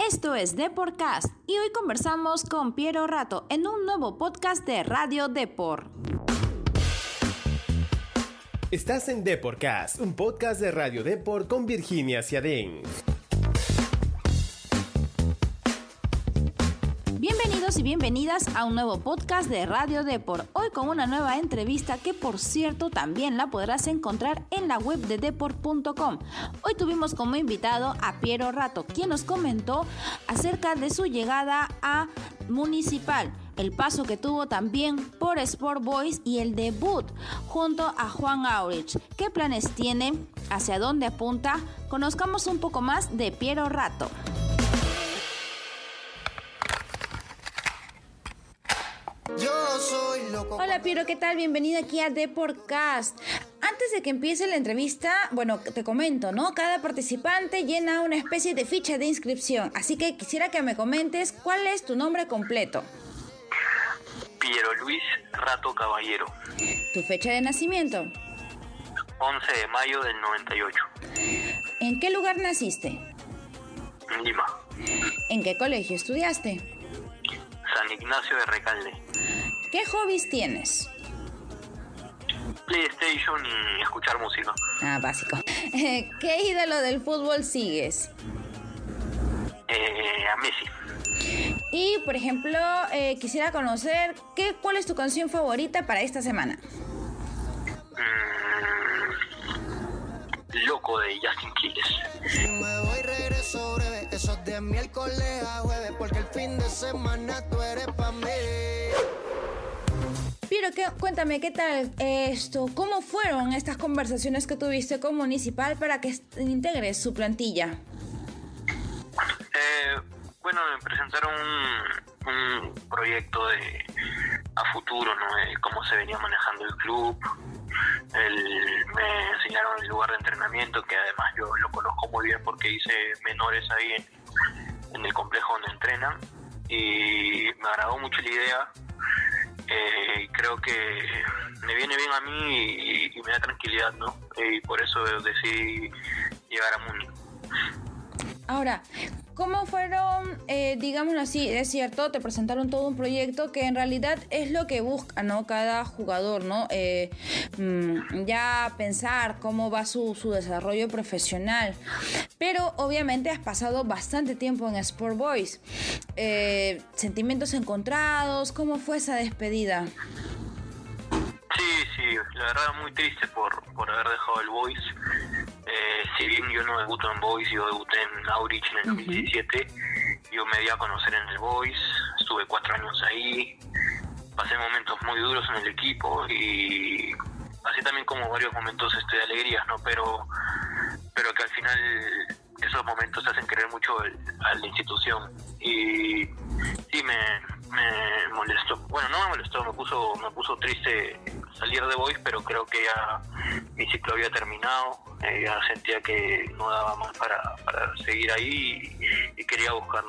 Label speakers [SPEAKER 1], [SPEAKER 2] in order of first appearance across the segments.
[SPEAKER 1] Esto es Deporcast y hoy conversamos con Piero Rato en un nuevo podcast de Radio Depor.
[SPEAKER 2] Estás en Deporcast, un podcast de Radio Depor con Virginia Ciadén.
[SPEAKER 1] Bienvenidos y bienvenidas a un nuevo podcast de Radio Depor. Hoy con una nueva entrevista que, por cierto, también la podrás encontrar en la web de depor.com. Hoy tuvimos como invitado a Piero Rato, quien nos comentó acerca de su llegada a Municipal, el paso que tuvo también por Sport Boys y el debut junto a Juan Aurich. ¿Qué planes tiene? ¿Hacia dónde apunta? Conozcamos un poco más de Piero Rato. Hola Piero, ¿qué tal? Bienvenido aquí a Deporcast. Antes de que empiece la entrevista, bueno, te comento, ¿no? Cada participante llena una especie de ficha de inscripción, así que quisiera que me comentes cuál es tu nombre completo.
[SPEAKER 3] Piero Luis Rato Caballero.
[SPEAKER 1] ¿Tu fecha de nacimiento?
[SPEAKER 3] 11 de mayo del 98.
[SPEAKER 1] ¿En qué lugar naciste?
[SPEAKER 3] En Lima.
[SPEAKER 1] ¿En qué colegio estudiaste?
[SPEAKER 3] San Ignacio de Recalde.
[SPEAKER 1] ¿Qué hobbies tienes?
[SPEAKER 3] PlayStation y escuchar música.
[SPEAKER 1] Básico. ¿Qué ídolo del fútbol sigues?
[SPEAKER 3] A Messi.
[SPEAKER 1] Y, por ejemplo, quisiera conocer ¿cuál es tu canción favorita para esta semana?
[SPEAKER 3] Loco de Justin Quiles.
[SPEAKER 4] Si me voy regreso breve, eso es de miércoles a jueves, porque el fin de semana tú eres pa' mí.
[SPEAKER 1] Piero, cuéntame, ¿qué tal cómo fueron estas conversaciones que tuviste con Municipal para que integres su plantilla?
[SPEAKER 3] Bueno, me presentaron un proyecto a futuro, ¿no? De cómo se venía manejando el club. Me enseñaron el lugar de entrenamiento, que además yo lo conozco muy bien porque hice menores ahí en el complejo donde entrenan, y me agradó mucho la idea. Creo que me viene bien a mí y me da tranquilidad, ¿no? Y por eso decidí llegar a Muni.
[SPEAKER 1] Ahora, ¿cómo fueron, digámoslo así, es cierto, te presentaron todo un proyecto que en realidad es lo que busca, ¿no? Cada jugador, ¿no? Ya pensar cómo va su desarrollo profesional. Pero obviamente has pasado bastante tiempo en Sport Boys. ¿Sentimientos encontrados? ¿Cómo fue esa despedida?
[SPEAKER 3] Sí, la verdad muy triste por haber dejado el Boys. Si bien yo no debuto en Boys, yo debuté en Aurich en el 2017, yo me di a conocer en el Boys, estuve 4 años ahí, pasé momentos muy duros en el equipo y así también como varios momentos de alegrías, ¿no? Pero que al final esos momentos te hacen querer mucho a la institución, y sí me molestó. Bueno, no me molestó, me puso triste salir de Boys, pero creo que ya mi ciclo había terminado. Ya sentía que no daba más para seguir ahí y quería buscar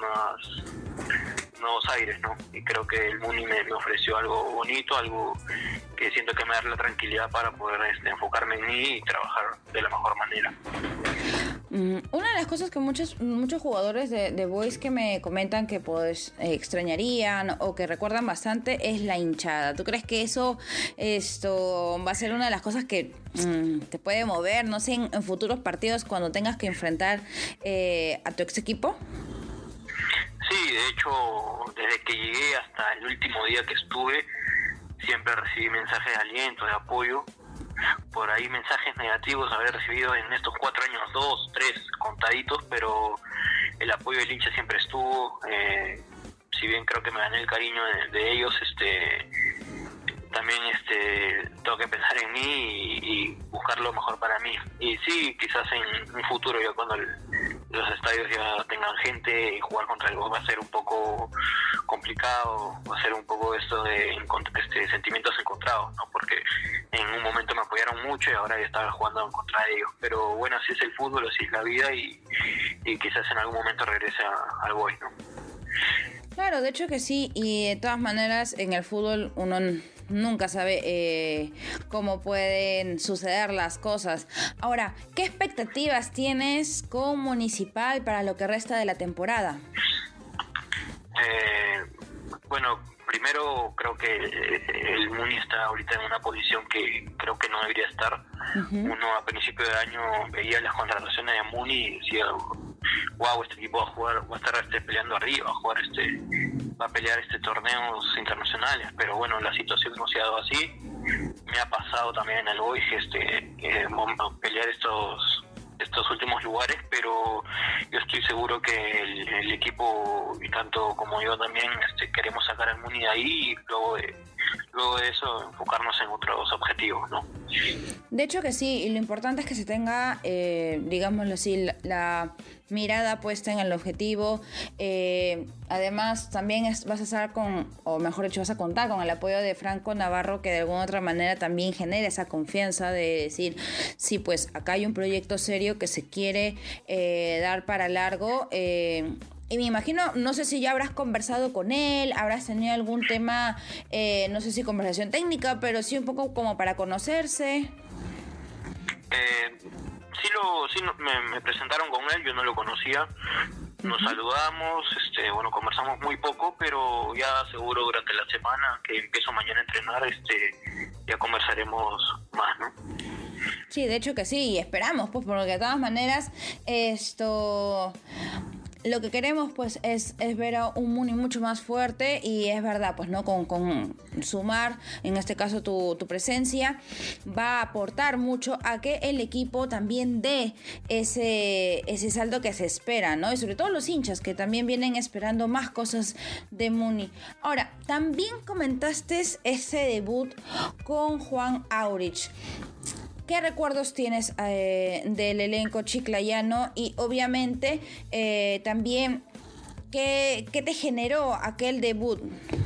[SPEAKER 3] nuevos aires, ¿no? Y creo que el Muni me ofreció algo bonito, algo que siento que me da la tranquilidad para poder enfocarme en mí y trabajar de la mejor manera.
[SPEAKER 1] Una de las cosas que muchos jugadores de Boys que me comentan que pues extrañarían o que recuerdan bastante es la hinchada. ¿Tú crees que esto va a ser una de las cosas que te puede mover, no sé, en futuros partidos cuando tengas que enfrentar a tu ex equipo?
[SPEAKER 3] Sí, de hecho, desde que llegué hasta el último día que estuve, siempre recibí mensajes de aliento, de apoyo. Por ahí mensajes negativos habré recibido en estos 4 años, 2, 3 contaditos, pero el apoyo del hincha siempre estuvo. Si bien creo que me gané el cariño de ellos, también tengo que pensar en mí y buscar lo mejor para mí. Y sí, quizás en un futuro, ya cuando los estadios ya tengan gente y jugar contra el Boys va a ser un poco complicado, va a ser un poco esto de sentimientos encontrados, ¿no? Porque en un momento me apoyaron mucho y ahora ya estaba jugando contra ellos. Pero bueno, así es el fútbol, así es la vida, y quizás en algún momento regrese al Boys, ¿no?
[SPEAKER 1] Claro, de hecho que sí, y de todas maneras en el fútbol uno nunca sabe cómo pueden suceder las cosas. Ahora, ¿qué expectativas tienes con Municipal para lo que resta de la temporada?
[SPEAKER 3] Bueno, primero creo que el Muni está ahorita en una posición que creo que no debería estar. Uno a principio de año veía las contrataciones de Muni y decía, wow, este equipo va a estar peleando arriba, va a pelear torneos internacionales, pero bueno, la situación no se ha dado así. Me ha pasado también en el Boys pelear estos últimos lugares, pero yo estoy seguro que el equipo, y tanto como yo también, queremos sacar al Muni de ahí y luego de eso enfocarnos en otros objetivos, ¿no?
[SPEAKER 1] De hecho que sí, y lo importante es que se tenga, digámoslo así, la mirada puesta en el objetivo. Además también vas a estar vas a contar con el apoyo de Franco Navarro, que de alguna otra manera también genera esa confianza de decir, sí, pues acá hay un proyecto serio que se quiere dar para largo. Y me imagino, no sé si ya habrás conversado con él, habrás tenido algún tema, no sé si conversación técnica, pero sí un poco como para conocerse.
[SPEAKER 3] Me presentaron con él, yo no lo conocía. Nos saludamos, conversamos muy poco, pero ya seguro durante la semana que empiezo mañana a entrenar, ya conversaremos más, ¿no?
[SPEAKER 1] Sí, de hecho que sí, y esperamos, pues, porque de todas maneras, lo que queremos pues es ver a un Muni mucho más fuerte, y es verdad, pues no, con sumar, en este caso tu presencia, va a aportar mucho a que el equipo también dé ese salto que se espera, ¿no? Y sobre todo los hinchas que también vienen esperando más cosas de Muni. Ahora, también comentaste ese debut con Juan Aurich. ¿Qué recuerdos tienes del elenco chiclayano? Y obviamente también, ¿qué te generó aquel debut?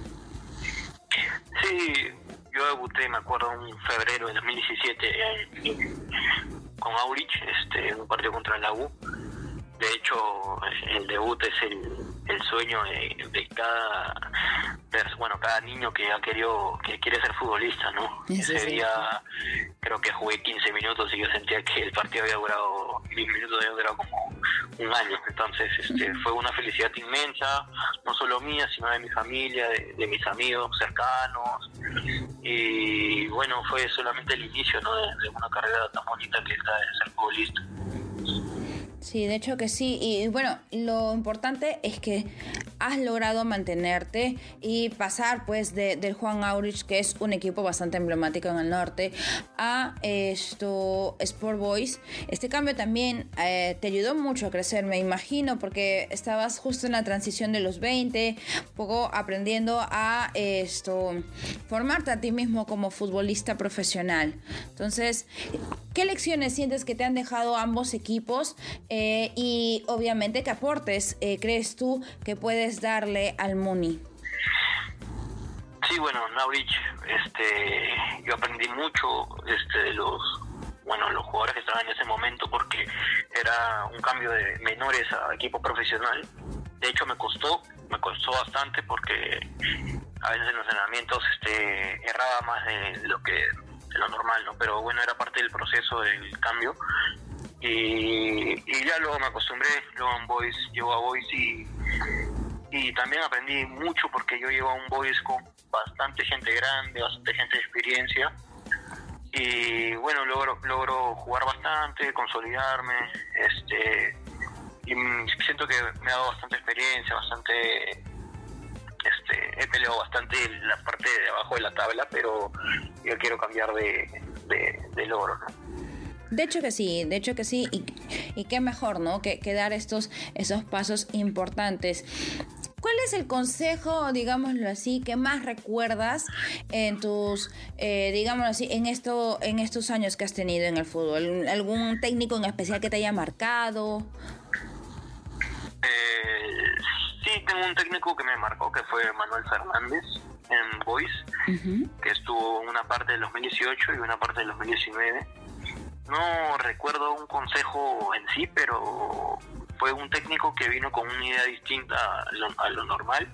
[SPEAKER 3] Sí, yo debuté, me acuerdo, en febrero de 2017 con Aurich, en un partido contra la U. De hecho, el debut es el sueño de cada niño que quiere ser futbolista, ¿no?
[SPEAKER 1] Sí,
[SPEAKER 3] Ese
[SPEAKER 1] sí.
[SPEAKER 3] día creo que jugué 15 minutos y yo sentía que el partido había durado 10 minutos, había durado como un año. Entonces fue una felicidad inmensa, no solo mía, sino de mi familia, de mis amigos cercanos. Y bueno, fue solamente el inicio, ¿no?, de una carrera tan bonita que es la de ser futbolista.
[SPEAKER 1] Sí, de hecho que sí. Y bueno, lo importante es que has logrado mantenerte y pasar pues del Juan Aurich, que es un equipo bastante emblemático en el norte, a Sport Boys. Este cambio también te ayudó mucho a crecer, me imagino, porque estabas justo en la transición de los 20, un poco aprendiendo a formarte a ti mismo como futbolista profesional. Entonces, ¿qué lecciones sientes que te han dejado ambos equipos? Y obviamente, ¿qué aportes crees tú que puedes darle al Muni?
[SPEAKER 3] Sí, bueno, en Aurich, yo aprendí mucho de los jugadores que estaban en ese momento, porque era un cambio de menores a equipo profesional. De hecho, me costó bastante, porque a veces en los entrenamientos erraba más de lo normal, ¿no? Pero bueno, era parte del proceso del cambio. Y ya luego me acostumbré, luego en Boys, llego a Boys y también aprendí mucho, porque yo llego a un Boys con bastante gente grande, bastante gente de experiencia, y bueno, logro jugar bastante, consolidarme, y siento que me ha dado bastante experiencia, he peleado bastante la parte de abajo de la tabla, pero yo quiero cambiar de logro, ¿no?
[SPEAKER 1] De hecho que sí, y qué mejor, ¿no? Que dar esos pasos importantes. ¿Cuál es el consejo, digámoslo así, que más recuerdas en tus, digámoslo así, en estos años que has tenido en el fútbol? ¿Algún técnico en especial que te haya marcado?
[SPEAKER 3] Sí, tengo un técnico que me marcó, que fue Manuel Fernández en Boys, que estuvo una parte del 2018 y una parte del 2019. No recuerdo un consejo en sí, pero fue un técnico que vino con una idea distinta a lo normal.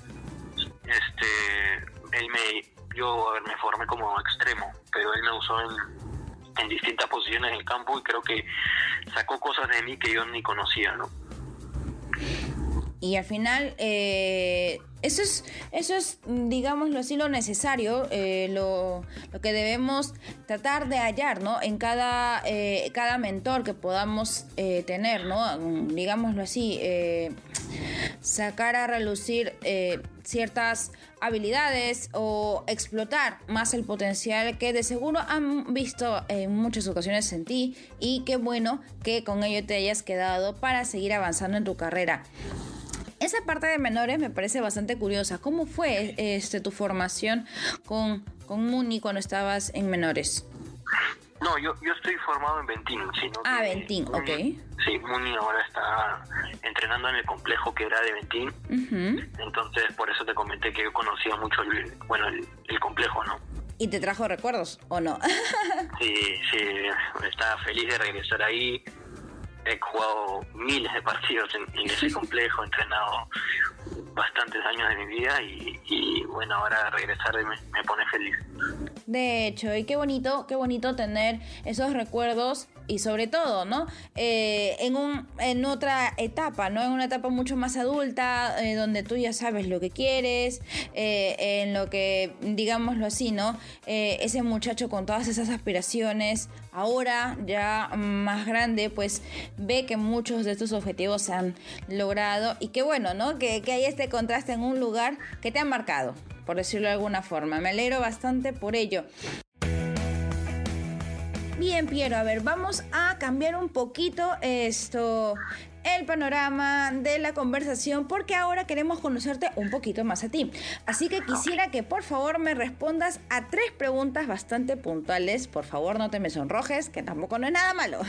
[SPEAKER 3] Yo me formé como extremo, pero él me usó en distintas posiciones en el campo, y creo que sacó cosas de mí que yo ni conocía, ¿no?
[SPEAKER 1] Y al final Eso es, digámoslo así, lo necesario, lo que debemos tratar de hallar, ¿no? En cada mentor que podamos tener, ¿no? Digámoslo así, sacar a relucir ciertas habilidades o explotar más el potencial que de seguro han visto en muchas ocasiones en ti, y qué bueno que con ello te hayas quedado para seguir avanzando en tu carrera. Esa parte de menores me parece bastante curiosa. ¿Cómo fue tu formación con Muni cuando estabas en menores?
[SPEAKER 3] No, yo estoy formado en Ventín.
[SPEAKER 1] Ventín, ok.
[SPEAKER 3] Sí, Muni ahora está entrenando en el complejo que era de Ventín. Uh-huh. Entonces, por eso te comenté que yo conocía mucho el complejo, ¿no?
[SPEAKER 1] ¿Y te trajo recuerdos o no?
[SPEAKER 3] Sí, estaba feliz de regresar ahí. He jugado miles de partidos en ese complejo, he entrenado bastantes años de mi vida y bueno, ahora regresar me pone feliz.
[SPEAKER 1] De hecho, y qué bonito tener esos recuerdos, y sobre todo, ¿no? En otra etapa, ¿no? En una etapa mucho más adulta, donde tú ya sabes lo que quieres, en lo que, digámoslo así, ¿no? Ese muchacho con todas esas aspiraciones, ahora ya más grande, pues ve que muchos de estos objetivos se han logrado, y qué bueno, ¿no? Que hay este contraste en un lugar que te ha marcado, por decirlo de alguna forma. Me alegro bastante por ello. Bien, Piero, a ver, vamos a cambiar un poquito el panorama de la conversación, porque ahora queremos conocerte un poquito más a ti. Así que quisiera que por favor me respondas a 3 preguntas bastante puntuales. Por favor, no te me sonrojes, que tampoco no es nada malo.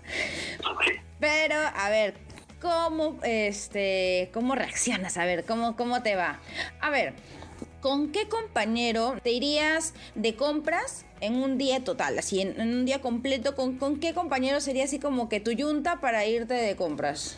[SPEAKER 1] Pero, a ver, ¿cómo reaccionas? A ver, ¿cómo te va? A ver, ¿con qué compañero te irías de compras en un día total? Así, en un día completo, ¿con qué compañero sería así como que tu yunta para irte de compras?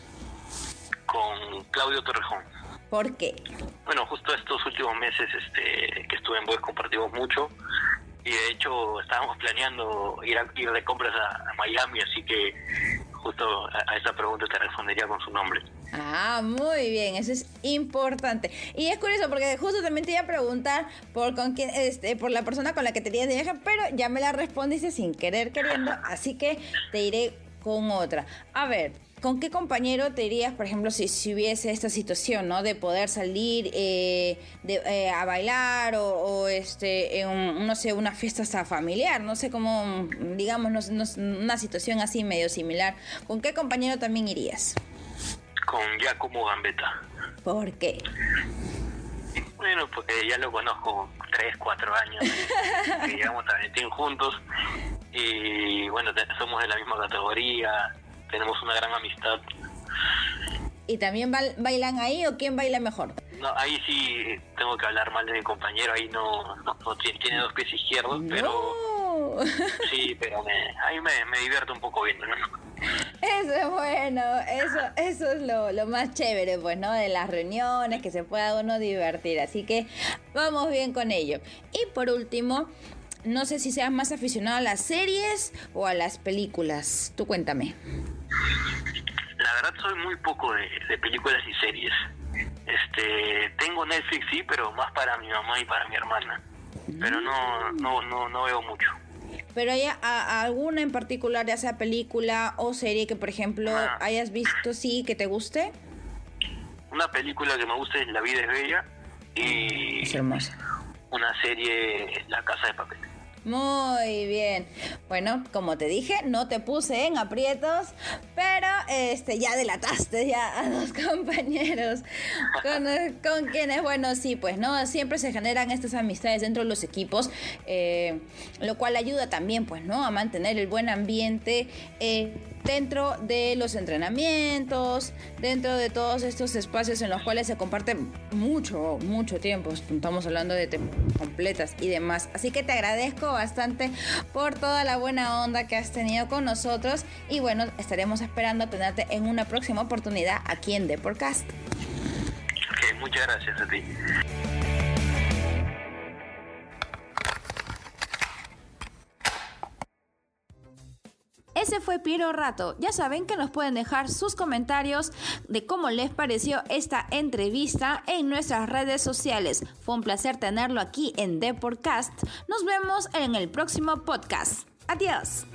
[SPEAKER 3] Con Claudio Torrejón.
[SPEAKER 1] ¿Por qué?
[SPEAKER 3] Bueno, justo estos últimos meses que estuve en Boys compartimos mucho, y de hecho estábamos planeando ir de compras a Miami, así que justo a esa pregunta te respondería con su nombre.
[SPEAKER 1] Ah, muy bien, eso es importante. Y es curioso porque justo también te iba a preguntar por la persona con la que te irías de viaje, pero ya me la respondiste sin querer queriendo, así que te iré con otra. A ver, ¿con qué compañero te irías, por ejemplo, si hubiese esta situación, ¿no? De poder salir a bailar o en no sé, una fiesta hasta familiar, no sé cómo, digamos, una situación así medio similar. ¿Con qué compañero también irías?
[SPEAKER 3] Con Giacomo Gambetta.
[SPEAKER 1] ¿Por qué?
[SPEAKER 3] Bueno, porque ya lo conozco 3-4 años, que llegamos a Ventín juntos, y bueno, somos de la misma categoría, tenemos una gran amistad.
[SPEAKER 1] ¿Y también bailan ahí o quién baila mejor?
[SPEAKER 3] No, ahí sí tengo que hablar mal de mi compañero, ahí no tiene 2 pies izquierdos, no. Pero sí, pero ahí me divierto un poco viendo, ¿no?
[SPEAKER 1] Eso es bueno, eso es lo más chévere, pues, ¿no? De las reuniones, que se pueda uno divertir, así que vamos bien con ello. Y por último, no sé si seas más aficionado a las series o a las películas, tú cuéntame.
[SPEAKER 3] La verdad soy muy poco de películas y series. Tengo Netflix, sí, pero más para mi mamá y para mi hermana. Pero no veo mucho.
[SPEAKER 1] ¿Pero hay alguna en particular, ya sea película o serie, que por ejemplo hayas visto, sí, que te guste?
[SPEAKER 3] Una película que me gusta es La vida es bella, y
[SPEAKER 1] es hermosa.
[SPEAKER 3] Una serie, La casa de papel.
[SPEAKER 1] Muy bien. Bueno, como te dije, no te puse en aprietos, pero ya delataste ya a 2 compañeros con quienes, bueno, sí, pues, ¿no? Siempre se generan estas amistades dentro de los equipos, lo cual ayuda también, pues, ¿no? A mantener el buen ambiente dentro de los entrenamientos, dentro de todos estos espacios en los cuales se comparte mucho tiempo. Estamos hablando de temporadas completas y demás. Así que te agradezco bastante por toda la buena onda que has tenido con nosotros, y bueno, estaremos esperando tenerte en una próxima oportunidad aquí en Deportcast.
[SPEAKER 3] Ok, muchas gracias a ti.
[SPEAKER 1] Ese fue fue Piero Rato. Ya saben que nos pueden dejar sus comentarios de cómo les pareció esta entrevista en nuestras redes sociales. Fue un placer tenerlo aquí en Deportcast. Nos vemos en el próximo podcast. Adiós.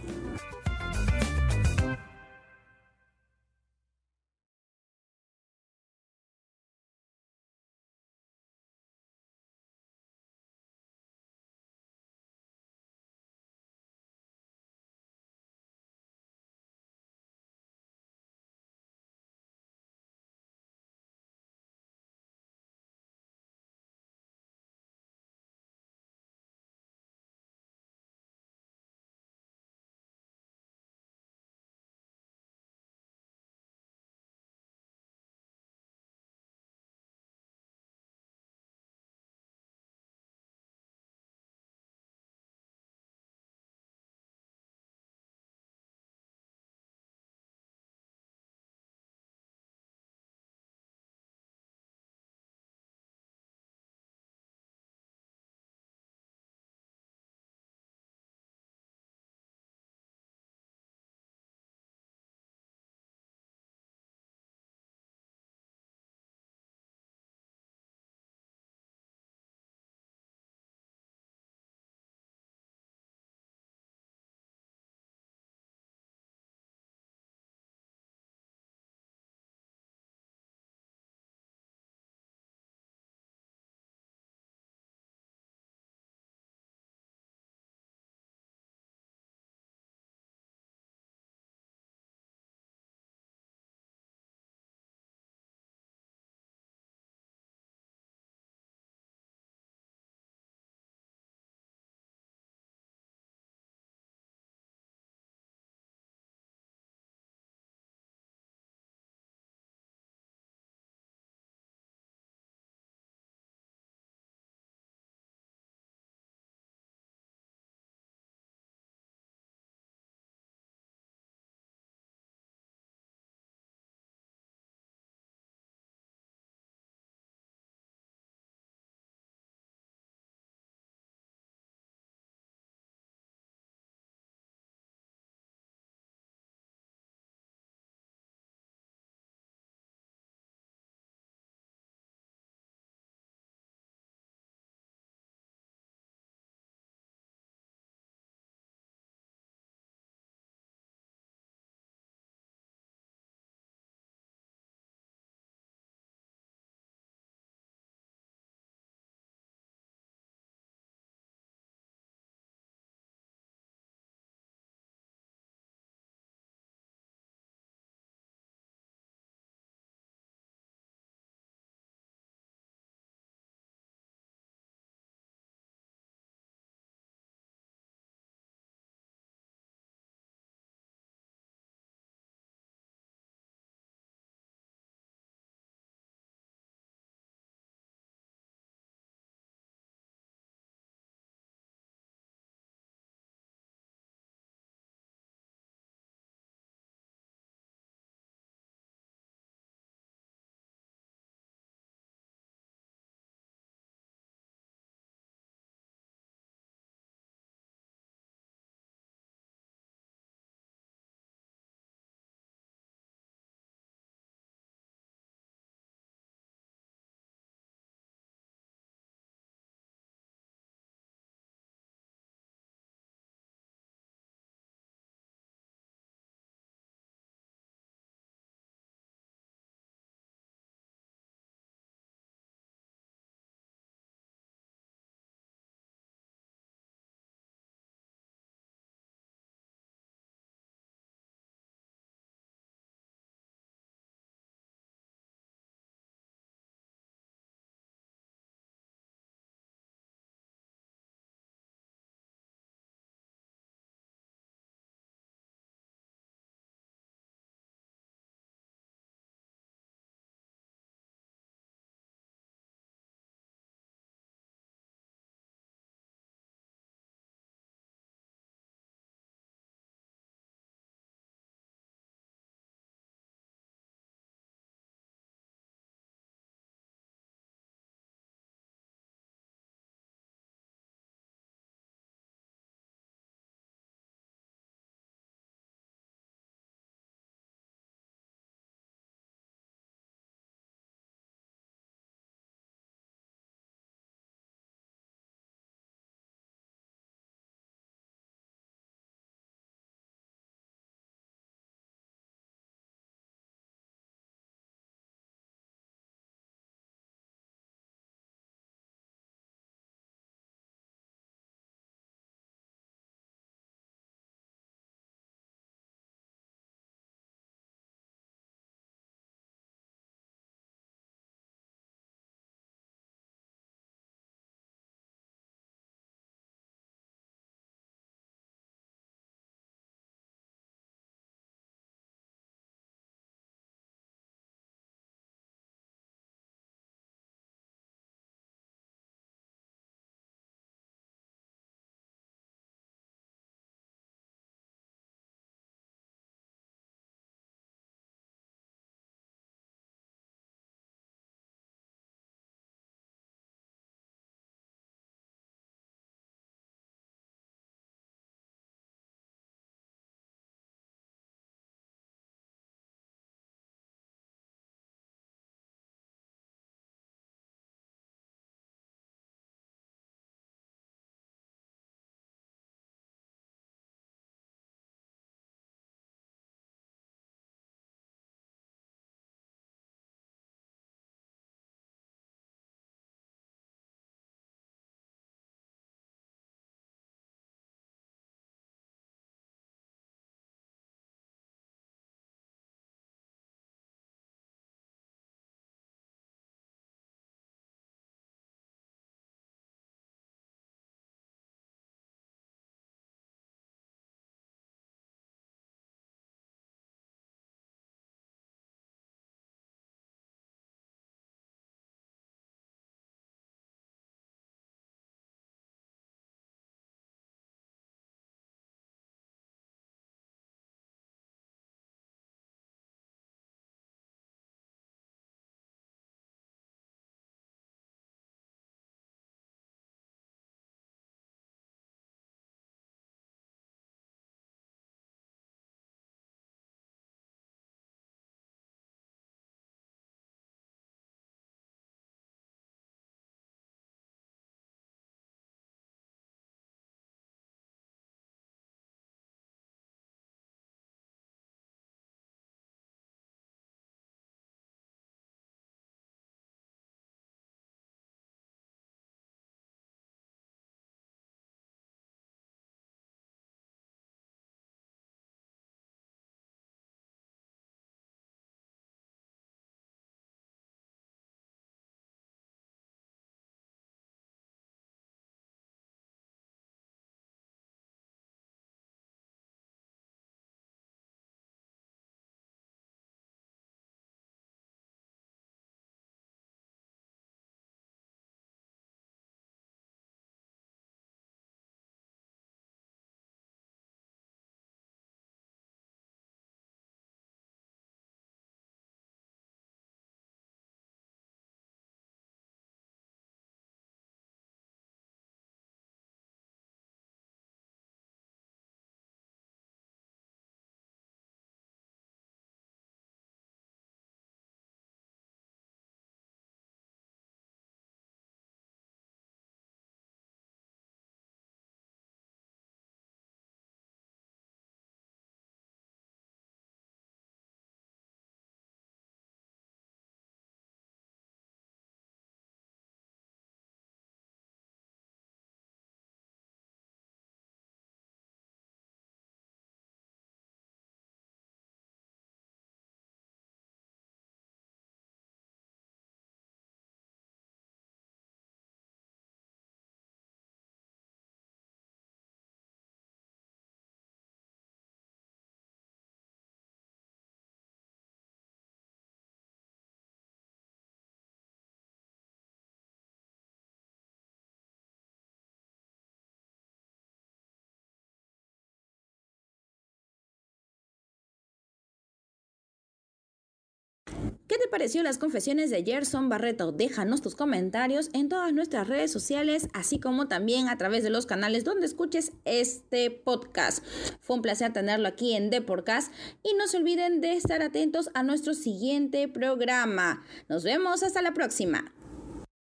[SPEAKER 1] ¿Qué te pareció las confesiones de Gerson Barreto? Déjanos tus comentarios en todas nuestras redes sociales, así como también a través de los canales donde escuches este podcast. Fue un placer tenerlo aquí en Deporcast y no se olviden de estar atentos a nuestro siguiente programa. Nos vemos hasta la próxima.